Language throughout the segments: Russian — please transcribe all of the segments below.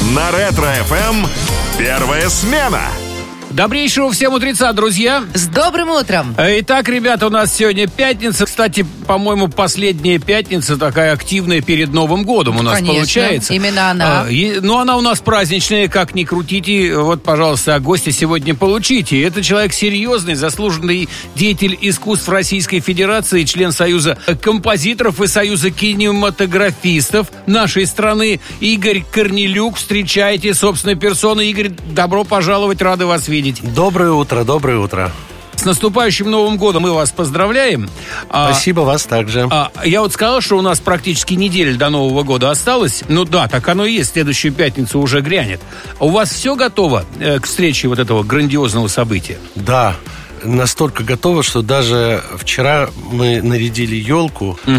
На Ретро-ФМ первая смена. Добрейшего всем утреца, друзья. С добрым утром. Итак, ребята, у нас сегодня пятница. Кстати, по-моему, последняя пятница такая активная перед Новым годом у нас. Конечно, получается. Именно она. Но она у нас праздничная, как ни крутите. Вот, пожалуйста, гостя сегодня получите. Это человек серьезный, заслуженный деятель искусств Российской Федерации, член Союза композиторов и Союза кинематографистов нашей страны. Игорь Корнелюк. Встречайте собственной персоной. Игорь, добро пожаловать, рады вас видеть. Доброе утро, доброе утро. С наступающим Новым годом мы вас поздравляем. Спасибо, вас также. Я вот сказал, что у нас практически неделя до Нового года осталось. Ну да, так оно и есть. Следующую пятницу уже грянет. У вас все готово к встрече вот этого грандиозного события? Да. Настолько готово, что даже вчера мы нарядили елку. У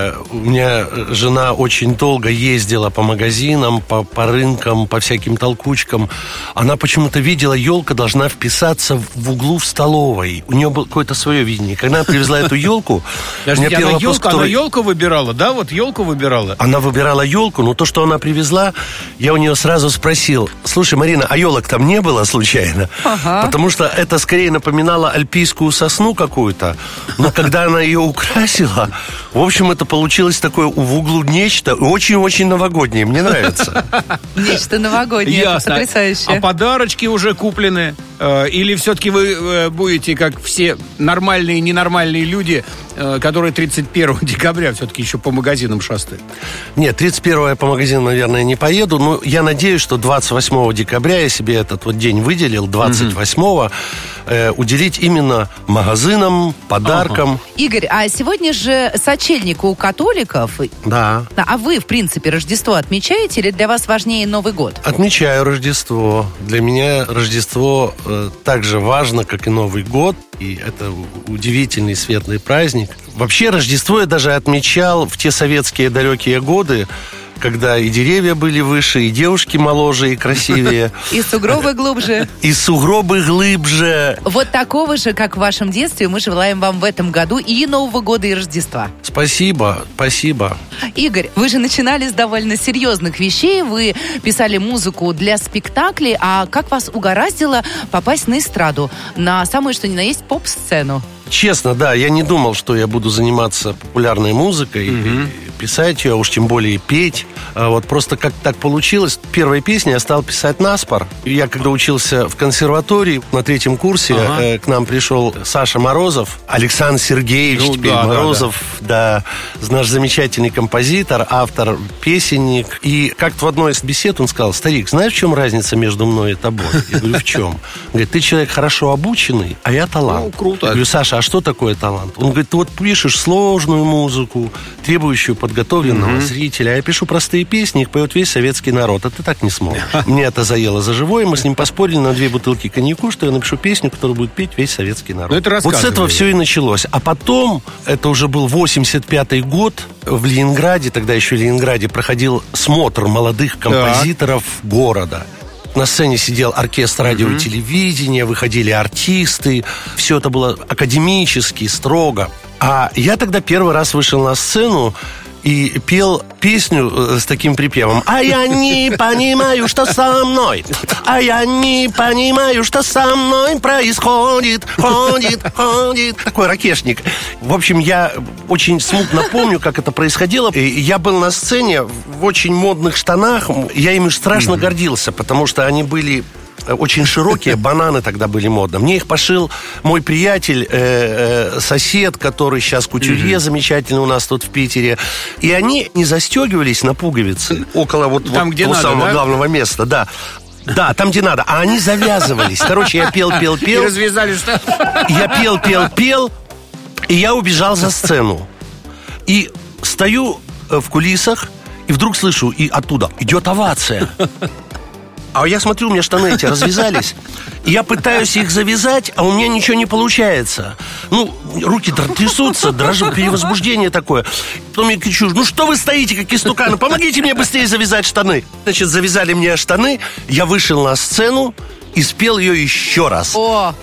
меня жена очень долго ездила по магазинам, по рынкам, по всяким толкучкам. Она почему-то видела, елка должна вписаться в углу в столовой. У нее было какое-то свое видение. Когда она привезла эту елку... Она елку выбирала, да? Вот елку выбирала? Она выбирала елку, но то, что она привезла, я у нее сразу спросил: слушай, Марина, а елок там не было случайно? Потому что это скорее напоминало альпийскую сосну какую-то, но когда она ее украсила, в общем, это получилось такое в углу нечто очень-очень новогоднее. Мне нравится. Нечто новогоднее, это потрясающе. А подарочки уже куплены? Или все-таки вы будете, как все нормальные и ненормальные люди, которые 31 декабря все-таки еще по магазинам шастают? Нет, 31 я по магазинам, наверное, не поеду. Но я надеюсь, что 28 декабря я себе этот вот день выделил, 28-го, уделить именно магазинам, подаркам. Игорь, а сегодня же сочельник у католиков. Да. А вы, в принципе, Рождество отмечаете или для вас важнее Новый год? Отмечаю Рождество. Для меня Рождество так же важно, как и Новый год. И это удивительный светлый праздник. Вообще Рождество я даже отмечал в те советские далекие годы, когда и деревья были выше, и девушки моложе и красивее. И сугробы глубже. И сугробы глубже. Вот такого же, как в вашем детстве, мы желаем вам в этом году и Нового года, и Рождества. Спасибо, спасибо. Игорь, вы же начинали с довольно серьезных вещей. Вы писали музыку для спектаклей. А как вас угораздило попасть на эстраду? На самую, что ни на есть, поп-сцену? Честно, да, я не думал, что я буду заниматься популярной музыкой, писать ее, а уж тем более петь. Вот просто как так получилось. Первые песни я стал писать наспор. Я когда учился в консерватории на 3-м курсе, к нам пришел Саша Морозов, Александр Сергеевич Морозов, да, наш замечательный композитор, автор, песенник. И как-то в одной из бесед он сказал: старик, знаешь, в чем разница между мной и тобой? Я говорю, в чем? Он говорит, ты человек хорошо обученный, а я талант. Ну, круто. Я говорю, Саша, а что такое талант? Он говорит, ты вот пишешь сложную музыку, требующую подготовленного зрителя, а я пишу простые песни, их поет весь советский народ, а ты так не смог. Мне это заело за живое, мы с ним поспорили на 2 бутылки коньяку, что я напишу песню, которую будет петь весь советский народ. Вот с этого все и началось. А потом, это уже был 85-й год, в Ленинграде, тогда еще в Ленинграде, проходил смотр молодых композиторов города. На сцене сидел оркестр радио и телевидения, выходили артисты. Все это было академически, строго. А я тогда первый раз вышел на сцену и пел песню с таким припевом: «А я не понимаю, что со мной, а я не понимаю, что со мной происходит, ходит». Такой ракешник. В общем, я очень смутно помню, как это происходило. Я был на сцене в очень модных штанах. Я ими страшно гордился, потому что они были очень широкие, бананы тогда были модно. Мне их пошил мой приятель, сосед, который сейчас кутюрье замечательный у нас тут в Питере. И они не застегивались на пуговицы около вот того самого главного места, да. Да, там, где надо. А они завязывались. Короче, я пел. И развязали что? Я пел, и я убежал за сцену. И стою в кулисах, и вдруг слышу, и оттуда идет овация. А я смотрю, у меня штаны эти развязались. И я пытаюсь их завязать, а у меня ничего не получается. Ну, руки трясутся, дрожу, перевозбуждение такое. Потом я кричу: ну что вы стоите, как истуканы, помогите мне быстрее завязать штаны. Значит, завязали мне штаны, я вышел на сцену и спел ее еще раз. О. И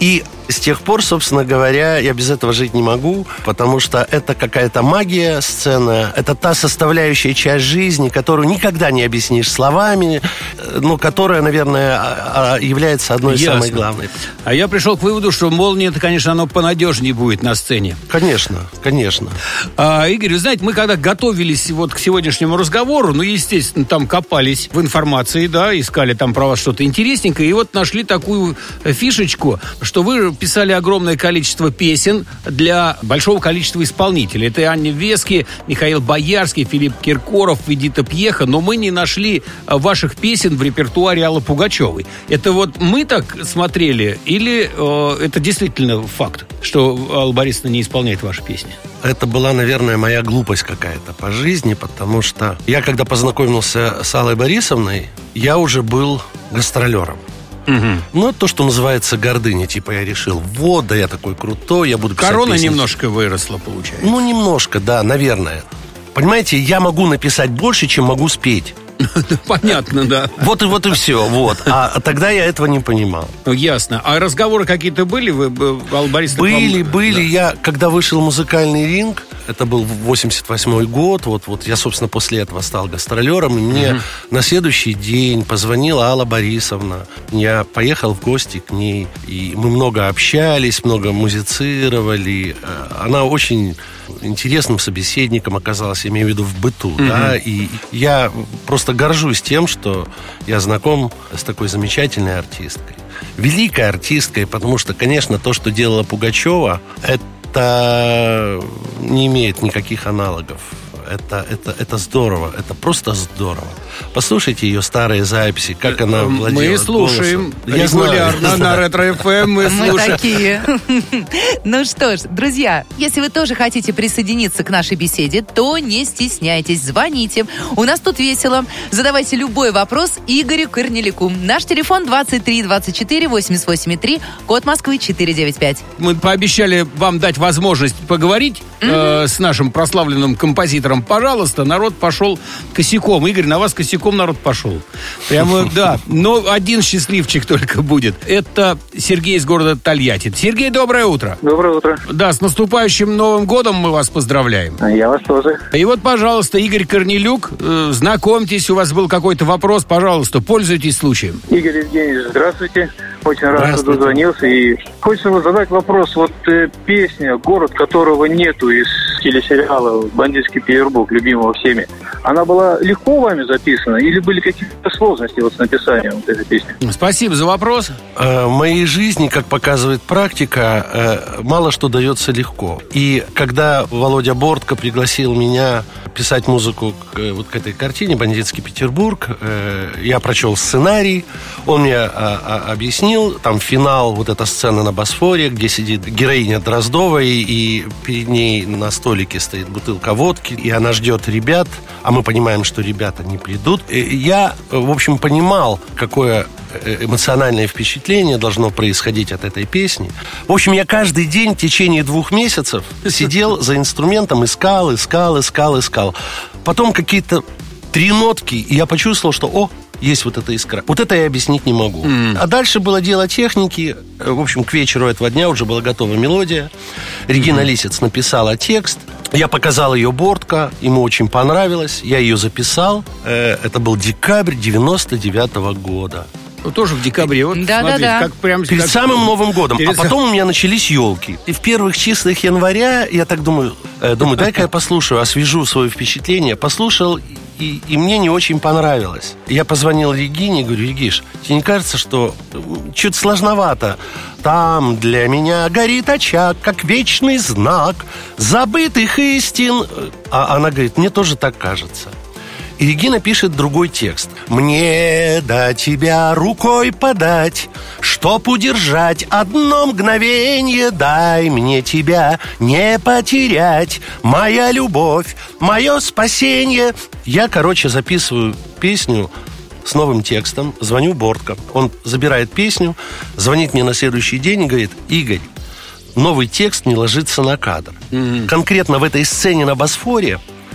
С тех пор, собственно говоря, я без этого жить не могу, потому что это какая-то магия сцена, это та составляющая часть жизни, которую никогда не объяснишь словами, но которая, наверное, является одной из самых главных. А я пришел к выводу, что «Молния», конечно, оно понадежнее будет на сцене. Конечно, конечно. Игорь, вы знаете, мы когда готовились вот к сегодняшнему разговору, естественно, там копались в информации, да, искали там про вас что-то интересненькое, и вот нашли такую фишечку, что вы писали огромное количество песен для большого количества исполнителей. Это Анне Вески, Михаил Боярский, Филипп Киркоров, Эдита Пьеха, но мы не нашли ваших песен в репертуаре Аллы Пугачевой. Это вот мы так смотрели, или это действительно факт, что Алла Борисовна не исполняет ваши песни? Это была, наверное, моя глупость какая-то по жизни, потому что я, когда познакомился с Аллой Борисовной, я уже был гастролером. Ну, то, что называется гордыня. Типа я решил, вот, да я такой крутой, я буду писать Корона песни. немножко выросла, получается. Ну, немножко, да, наверное. Понимаете, я могу написать больше, чем могу спеть. Понятно, да. Вот и все, вот. А тогда я этого не понимал. Ясно. А разговоры какие-то были? Алла Борисовна, Были. Да. Я, когда вышел в музыкальный ринг, это был 88-й год, вот я, собственно, после этого стал гастролером, и мне на следующий день позвонила Алла Борисовна. Я поехал в гости к ней, и мы много общались, много музицировали. Она очень интересным собеседником оказалась, я имею в виду в быту, да, и я просто горжусь тем, что я знаком с такой замечательной артисткой. Великой артисткой, потому что, конечно, то, что делала Пугачева, это не имеет никаких аналогов. Это здорово, это просто здорово. Послушайте ее старые записи, как она владела Мы слушаем голосом. регулярно на Ретро-ФМ. Мы такие. Ну что ж, друзья, если вы тоже хотите присоединиться к нашей беседе, то не стесняйтесь, звоните. У нас тут весело. Задавайте любой вопрос Игорю Корнелюку. Наш телефон 23 24 88 3, код Москвы 495. Мы пообещали вам дать возможность поговорить с нашим прославленным композитором. Пожалуйста, народ пошел косяком. Игорь, на вас косяком народ пошел. Прямо, да. Но один счастливчик только будет. Это Сергей из города Тольятти. Сергей, доброе утро. Доброе утро. Да, с наступающим Новым годом мы вас поздравляем. Я вас тоже. И вот, пожалуйста, Игорь Корнелюк, знакомьтесь, у вас был какой-то вопрос, пожалуйста, пользуйтесь случаем. Игорь Евгеньевич, здравствуйте. Очень рад, что дозвонился. И хочется вот задать вопрос. Вот песня «Город, которого нету» из телесериала «Бандитский Петербург», любимого всеми, она была легко вами записана или были какие-то сложности вот с написанием вот этой песни? Спасибо за вопрос. В моей жизни, как показывает практика, мало что дается легко. И когда Володя Бортко пригласил меня писать музыку к этой картине «Бандитский Петербург», я прочел сценарий, он мне объяснил, там финал, вот эта сцена на Босфоре, где сидит героиня Дроздовой, и перед ней на столике стоит бутылка водки, и она ждет ребят, а мы понимаем, что ребята не придут. Я, в общем, понимал, какое эмоциональное впечатление должно происходить от этой песни. В общем, я каждый день в течение 2 месяцев сидел за инструментом, искал. Потом какие-то 3 нотки, и я почувствовал, что, есть вот эта искра. Вот это я объяснить не могу. А дальше было дело техники. В общем, к вечеру этого дня уже была готова мелодия. Регина Лисец написала текст. Я показал ее Бортко, ему очень понравилось. Я ее записал. Это был декабрь 99-го года. Тоже в декабре. Вот, да, смотрите, да. как прям... Перед самым Новым годом. Перед... А потом у меня начались елки. И в первых числах января я так думаю, дай-ка я послушаю, освежу свое впечатление. Послушал, и мне не очень понравилось. Я позвонил Регине, говорю: Региш, тебе не кажется, что чуть сложновато? Там для меня горит очаг, как вечный знак забытых истин. А она говорит: мне тоже так кажется. И Регина пишет другой текст. «Мне до тебя рукой подать, чтоб удержать одно мгновенье, дай мне тебя не потерять, моя любовь, мое спасение». Я, записываю песню с новым текстом, звоню Бортко. Он забирает песню, звонит мне на следующий день и говорит: Игорь, новый текст не ложится на кадр. Конкретно в этой сцене на Босфоре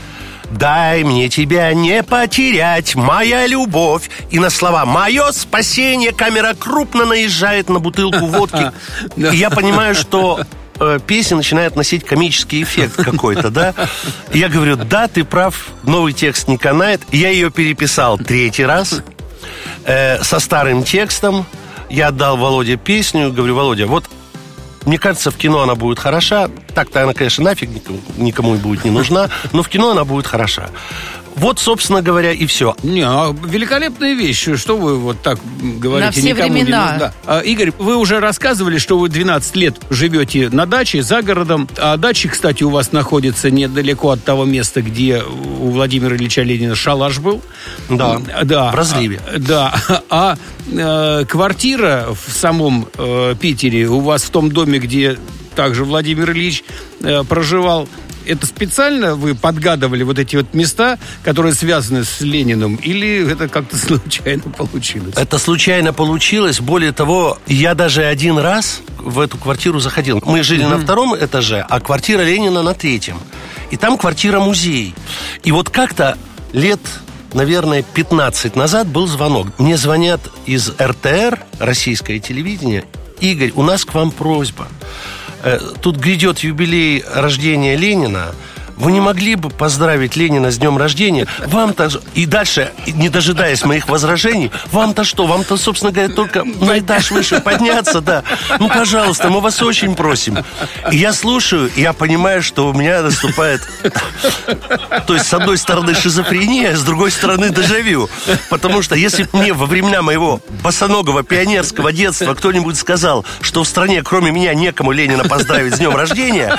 «Дай мне тебя не потерять, моя любовь». И на слова «Мое спасение» камера крупно наезжает на бутылку водки. И я понимаю, что песня начинает носить комический эффект какой-то, да? И я говорю: да, ты прав, новый текст не канает. Я ее переписал 3-й раз со старым текстом. Я отдал Володе песню, говорю: Володя, вот мне кажется, в кино она будет хороша. Так-то она, конечно, нафиг никому и будет не нужна, но в кино она будет хороша. Вот, собственно говоря, и все. Великолепная вещь. Что вы вот так говорите? На все никому времена. Не нужна. Игорь, вы уже рассказывали, что вы 12 лет живете на даче, за городом. А дача, кстати, у вас находится недалеко от того места, где у Владимира Ильича Ленина шалаш был. Да, в разливе. Квартира в самом Питере у вас в том доме, где также Владимир Ильич проживал. Это специально вы подгадывали вот эти вот места, которые связаны с Лениным, или это как-то случайно получилось? Это случайно получилось. Более того, я даже один раз в эту квартиру заходил. Мы жили на 2-м этаже, а квартира Ленина на 3-м. И там квартира-музей. И вот как-то лет, наверное, 15 назад был звонок. Мне звонят из РТР, российское телевидение: Игорь, у нас к вам просьба. Тут грядет юбилей рождения Ленина. Вы не могли бы поздравить Ленина с днем рождения? Вам-то... И дальше, не дожидаясь моих возражений, вам-то что? Вам-то, собственно говоря, только на этаж выше подняться, да. Ну, пожалуйста, мы вас очень просим. И я слушаю, и я понимаю, что у меня наступает... То есть, с одной стороны, шизофрения, с другой стороны, дежавю. Потому что если бы мне во времена моего босоногого пионерского детства кто-нибудь сказал, что в стране, кроме меня, некому Ленина поздравить с днем рождения,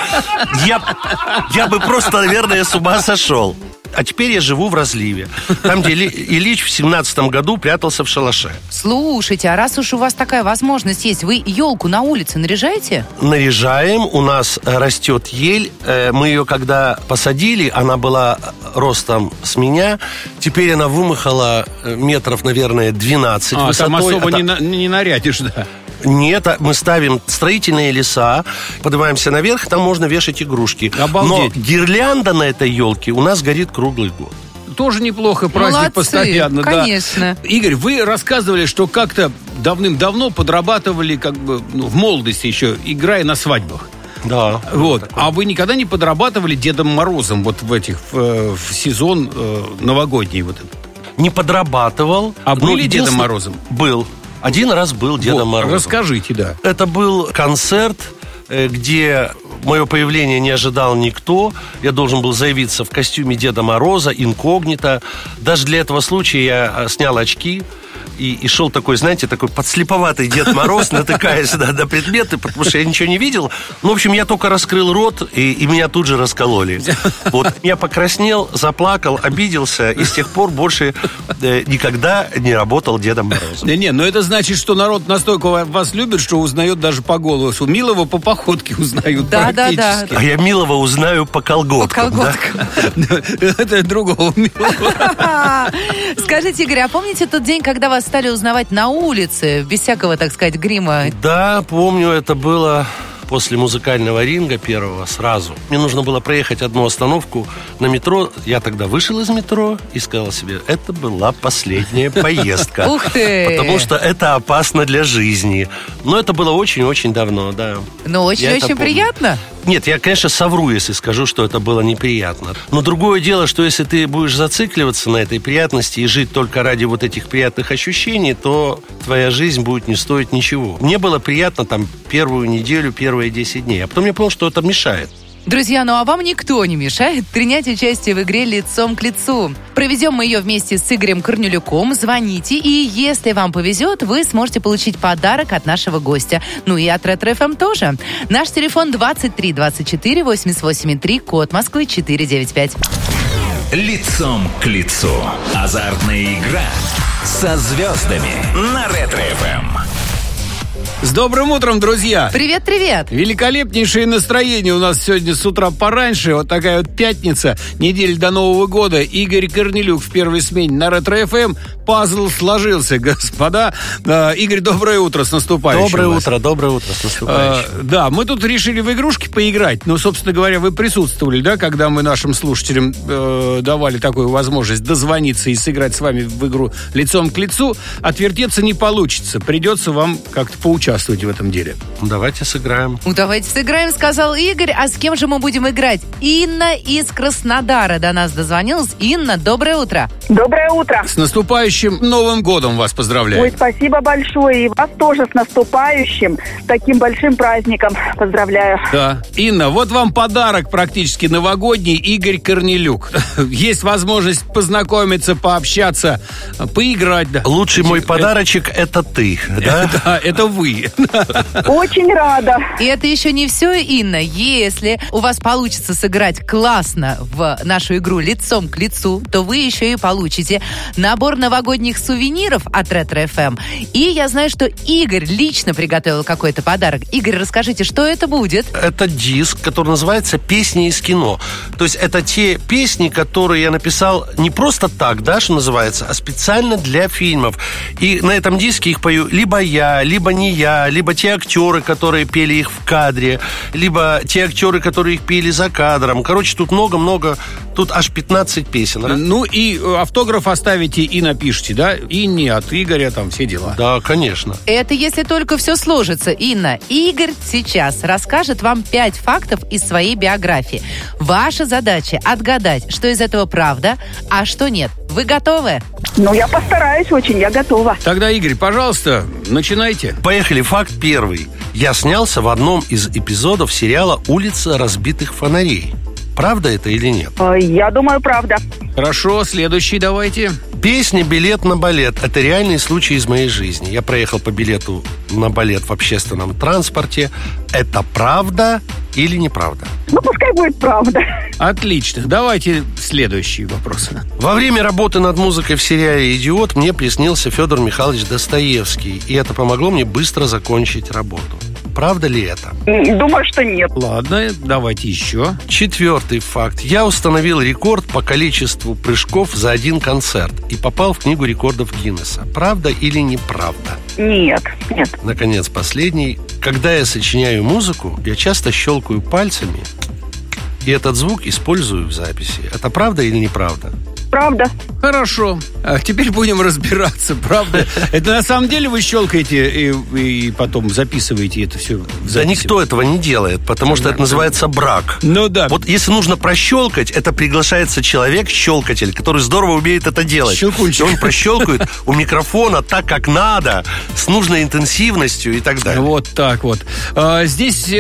я бы просто, наверное, с ума сошел. А теперь я живу в Разливе, там, где Ильич в 17-м году прятался в шалаше. Слушайте, а раз уж у вас такая возможность есть, вы елку на улице наряжаете? Наряжаем, у нас растет ель. Мы ее когда посадили, она была ростом с меня. Теперь она вымахала метров, наверное, 12 высотой. Там особо не нарядишь, да? Нет, мы ставим строительные леса, поднимаемся наверх, там можно вешать игрушки. Обалдеть. Но гирлянда на этой елке у нас горит круглый год. Тоже неплохо, праздник. Молодцы, постоянно. конечно. Да. Игорь, вы рассказывали, что как-то давным-давно подрабатывали, как бы, в молодости еще, играя на свадьбах. Да. Вот. А вы никогда не подрабатывали Дедом Морозом вот в сезон новогодний вот этот? Не подрабатывал. А были Дедом Морозом? Был. Один раз был Дедом Морозом. Расскажите, да. Это был концерт, где мое появление не ожидал никто. Я должен был заявиться в костюме Деда Мороза, инкогнито. Даже для этого случая я снял очки и шел такой, знаете, такой подслеповатый Дед Мороз, натыкаясь на предметы, потому что я ничего не видел. Ну, в общем, я только раскрыл рот, и меня тут же раскололи. Вот. Я покраснел, заплакал, обиделся, и с тех пор больше никогда не работал Дедом Морозом. Не, но это значит, что народ настолько вас любит, что узнает даже по голосу. Милого по походке узнают практически. Да. А я Милого узнаю по колготкам. Это другого Милого. Скажите, Игорь, а помните тот день, когда вас стали узнавать на улице, без всякого, так сказать, грима? Да, помню, это было после музыкального ринга первого сразу. Мне нужно было проехать одну остановку на метро. Я тогда вышел из метро и сказал себе, это была последняя поездка. Ух ты! Потому что это опасно для жизни. Но это было очень-очень давно, да. Ну, очень-очень приятно. Нет, я, конечно, совру, если скажу, что это было неприятно. Но другое дело, что если ты будешь зацикливаться на этой приятности и жить только ради вот этих приятных ощущений, то твоя жизнь будет не стоить ничего. Мне было приятно там первую неделю, первые 10 дней. А потом я понял, что это мешает. Друзья, ну а вам никто не мешает принять участие в игре «Лицом к лицу». Проведем мы ее вместе с Игорем Корнелюком. Звоните, и если вам повезет, вы сможете получить подарок от нашего гостя. Ну и от Ретро-ФМ тоже. Наш телефон 23 24 88 3, код Москвы 495. «Лицом к лицу». Азартная игра со звездами на Ретро-ФМ. С добрым утром, друзья! Привет-привет! Великолепнейшее настроение у нас сегодня с утра пораньше. Вот такая вот пятница, неделя до Нового года. Игорь Корнелюк в первой смене на Ретро-ФМ. Пазл сложился, господа. Игорь, доброе утро, с наступающим. Доброе утро, с наступающим. Да, мы тут решили в игрушки поиграть. Ну, собственно говоря, вы присутствовали, да, когда мы нашим слушателям давали такую возможность дозвониться и сыграть с вами в игру лицом к лицу. Отвертеться не получится. Придется вам как-то поучаствовать в этом деле. Давайте сыграем. Ну, давайте сыграем, сказал Игорь. А с кем же мы будем играть? Инна из Краснодара до нас дозвонилась. Инна, доброе утро. Доброе утро. С наступающим Новым годом вас поздравляю. Ой, спасибо большое. И вас тоже с наступающим. С таким большим праздником поздравляю. Да. Инна, вот вам подарок практически новогодний. Игорь Корнелюк. Есть возможность познакомиться, пообщаться, поиграть. Да. Лучший мой подарочек – это ты, да? Да, это вы. Очень рада. И это еще не все, Инна. Если у вас получится сыграть классно в нашу игру лицом к лицу, то вы еще и получите набор новогодних сувениров от Ретро-ФМ. И я знаю, что Игорь лично приготовил какой-то подарок. Игорь, расскажите, что это будет? Это диск, который называется «Песни из кино». То есть это те песни, которые я написал не просто так, да, что называется, а специально для фильмов. И на этом диске их пою либо я, либо не я, либо те актеры, которые пели их в кадре, либо те актеры, которые их пели за кадром. Короче, тут много-много, тут аж 15 песен. Да? Ну и автограф оставите и напишите, да? И не от Игоря, там все дела. Да, конечно. Это если только все сложится, Инна. Игорь сейчас расскажет вам 5 фактов из своей биографии. Ваша задача отгадать, что из этого правда, а что нет. Вы готовы? Ну, я постараюсь очень, я готова. Тогда, Игорь, пожалуйста, начинайте. Поехали. Факт первый. Я снялся в одном из эпизодов сериала «Улица разбитых фонарей». Правда это или нет? Я думаю, правда. Хорошо, следующий давайте. Песня «Билет на балет» – это реальный случай из моей жизни. Я проехал по билету на балет в общественном транспорте. Это правда или неправда? Ну, пускай будет правда. Отлично. Давайте следующий вопрос. Во время работы над музыкой в сериале «Идиот» мне приснился Федор Михайлович Достоевский. И это помогло мне быстро закончить работу. Правда ли это? Думаю, что нет. Ладно, давайте еще. Четвертый факт. Я установил рекорд по количеству прыжков за один концерт и попал в книгу рекордов Гиннесса. Правда или неправда? Нет. Наконец, последний. Когда я сочиняю музыку, я часто щелкаю пальцами, и этот звук использую в записи. Это правда или неправда? Правда. Хорошо. А теперь будем разбираться, правда. Это на самом деле вы щелкаете и потом записываете это все в записи? Да никто этого не делает, потому что это называется брак. Ну да. Вот если нужно прощелкать, это приглашается человек-щелкатель, который здорово умеет это делать. Щелкунчик. И он прощелкает у микрофона так, как надо, с нужной интенсивностью и так далее. Вот так вот. Здесь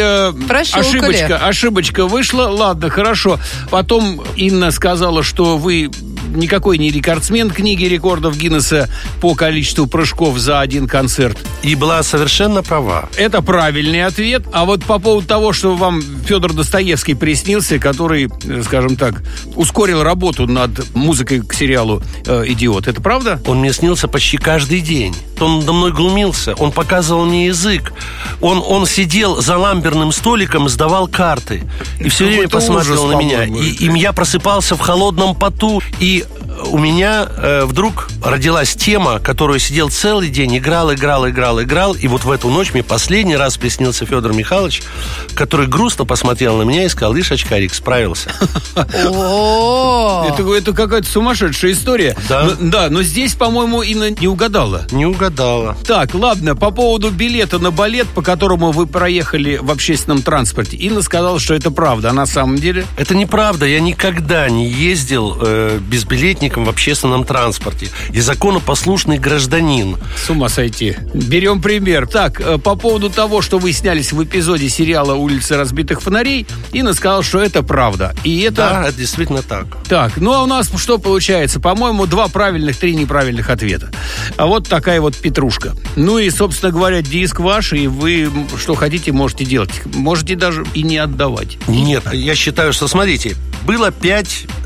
ошибочка вышла. Ладно, хорошо. Потом Инна сказала, что вы никакой не рекордсмен книги рекордов Гиннесса по количеству прыжков за один концерт. И была совершенно права. Это правильный ответ. А вот по поводу того, что вам Федор Достоевский приснился, который, скажем так, ускорил работу над музыкой к сериалу «Идиот», это правда? Он мне снился почти каждый день. Он надо мной глумился, он показывал мне язык. Он сидел за ламберным столиком, сдавал карты. И все время посматривал на меня. И я просыпался в холодном поту. И у меня вдруг родилась тема, которую сидел целый день, играл. И вот в эту ночь мне последний раз приснился Федор Михайлович, который грустно посмотрел на меня и сказал: «Ишь, очкарик, справился». Это какая-то сумасшедшая история. Да, но здесь, по-моему, Инна не угадала. Не угадала. Так, ладно, по поводу билета на балет, по которому вы проехали в общественном транспорте. Инна сказала, что это правда, а на самом деле? Это неправда. Я никогда не ездил безбилетником в общественном транспорте. Я законопослушный гражданин. С ума сойти. Берем пример. Так, по поводу того, что вы снялись в эпизоде сериала «Улица разбитых фонарей», Инна сказала, что это правда. И это... Да, это действительно так. Так, ну а у нас что получается? По-моему, 2 правильных, 3 неправильных ответа. А вот такая вот петрушка. Ну и, собственно говоря, диск ваш, и вы что хотите, можете делать. Можете даже и не отдавать. Нет, я считаю, что, смотрите, было 5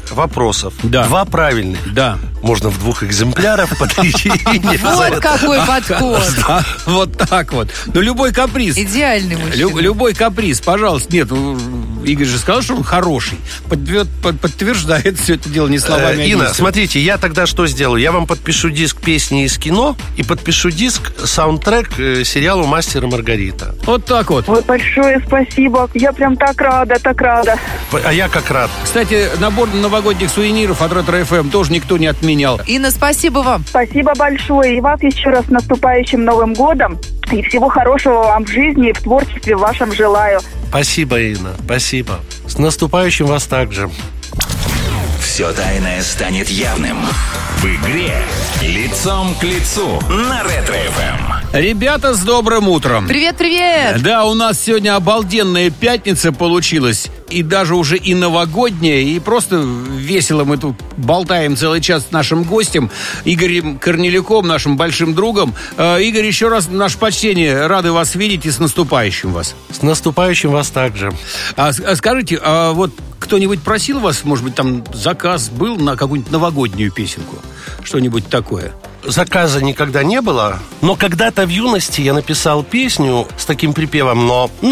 вопросов. Да. 2 правильных. Да. Можно в 2 экземплярах подарить Ирине. Вот какой подход. Да, вот так вот. Ну, любой каприз. Идеальный мужчина. Любой каприз, пожалуйста. Нет, Игорь же сказал, что он хороший. Подтверждает все это дело не словами, а Инна, действием. смотрите, я тогда что сделаю? Я вам подпишу диск песни из кино и подпишу диск саундтрек сериалу «Мастер и Маргарита». Вот так вот. Вот большое спасибо. Я прям так рада, так рада. А я как рад. Кстати, набор новогодних сувениров от Ретро-ФМ тоже никто не отменял. Инна, спасибо вам. Спасибо большое. И вас еще раз с наступающим Новым годом. И всего хорошего вам в жизни и в творчестве вашем желаю. Спасибо, Инна, спасибо. С наступающим вас также. Все тайное станет явным в игре «Лицом к лицу» на Ретро-ФМ. Ребята, с добрым утром. Привет-привет. Да, у нас сегодня обалденная пятница получилась. И даже уже и новогодняя. И просто весело мы тут болтаем целый час с нашим гостем Игорем Корнелюком, нашим большим другом. Игорь, еще раз наше почтение. Рады вас видеть и с наступающим вас. С наступающим вас также. Скажите, вот кто-нибудь просил вас, может быть, там заказ был на какую-нибудь новогоднюю песенку? Что-нибудь такое? Заказа никогда не было, но когда-то в юности я написал песню с таким припевом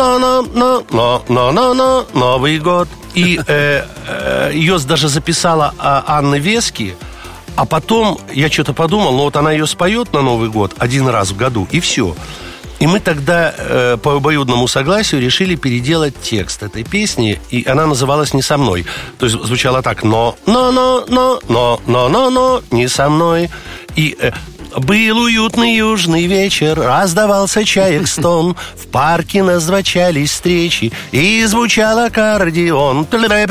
«Но, Новый год». И ее даже записала Анна Вески, а потом я что-то подумал, вот она ее споет на Новый год 1 раз в году, и все. И мы тогда по обоюдному согласию решили переделать текст этой песни, и она называлась «Не со мной». То есть звучала так: но, не со мной. И был уютный южный вечер, раздавался чаек стон, в парке назначались встречи, и звучал аккордеон.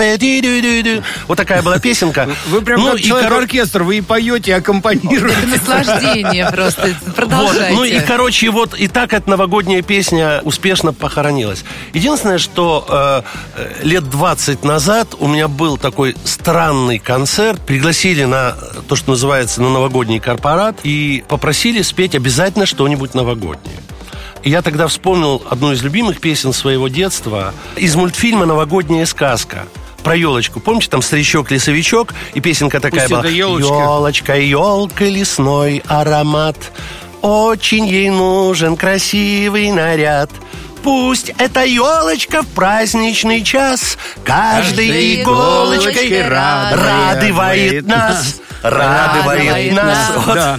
Вот такая была песенка. Вы прям как человек-оркестр, вы и поете, и аккомпанируете. Наслаждение просто. Продолжайте. Ну и, короче, вот и так эта новогодняя песня успешно похоронилась. Единственное, что лет 20 назад у меня был такой странный концерт. Пригласили на то, что называется, на новогодний корпорат, и попросили спеть обязательно что-нибудь новогоднее. И я тогда вспомнил одну из любимых песен своего детства из мультфильма «Новогодняя сказка». Про елочку. Помните, там старичок-лесовичок, и песенка такая Пусть была: это елочка. «Елочка, елка, лесной аромат, очень ей нужен красивый наряд. Пусть эта елочка в праздничный час каждой иголочкой радует нас». Радует нас.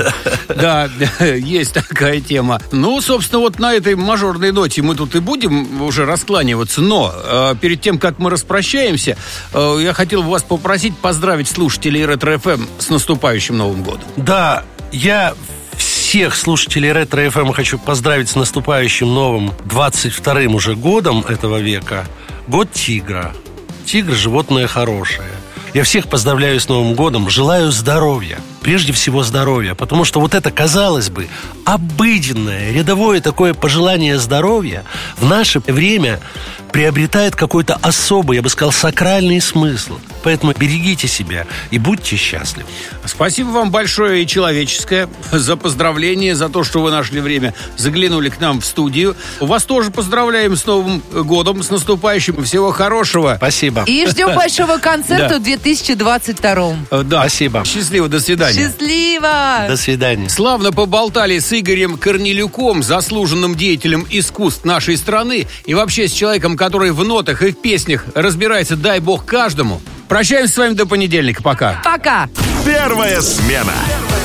Да, есть такая тема. Ну, собственно, вот на этой мажорной ноте мы тут и будем уже раскланиваться. Но перед тем, как мы распрощаемся, я хотел бы вас попросить поздравить слушателей Ретро-ФМ с наступающим Новым годом. Да, я всех слушателей Ретро-ФМ хочу поздравить с наступающим новым 22-м уже годом этого века. Год тигра. Тигр – животное хорошее. Я всех поздравляю с Новым годом, желаю здоровья. Прежде всего здоровья, потому что вот это, казалось бы, обыденное, рядовое такое пожелание здоровья в наше время приобретает какой-то особый, я бы сказал, сакральный смысл. Поэтому берегите себя и будьте счастливы. Спасибо вам большое и человеческое за поздравление, за то, что вы нашли время, заглянули к нам в студию. Вас тоже поздравляем с Новым годом, с наступающим. Всего хорошего. Спасибо. И ждем большого концерта в 2022. Да. Спасибо. Счастливо, до свидания. Счастливо! До свидания. Славно поболтали с Игорем Корнелюком, заслуженным деятелем искусств нашей страны, и вообще с человеком, который в нотах и в песнях разбирается, дай бог, каждому. Прощаемся с вами до понедельника. Пока. Пока! Первая смена.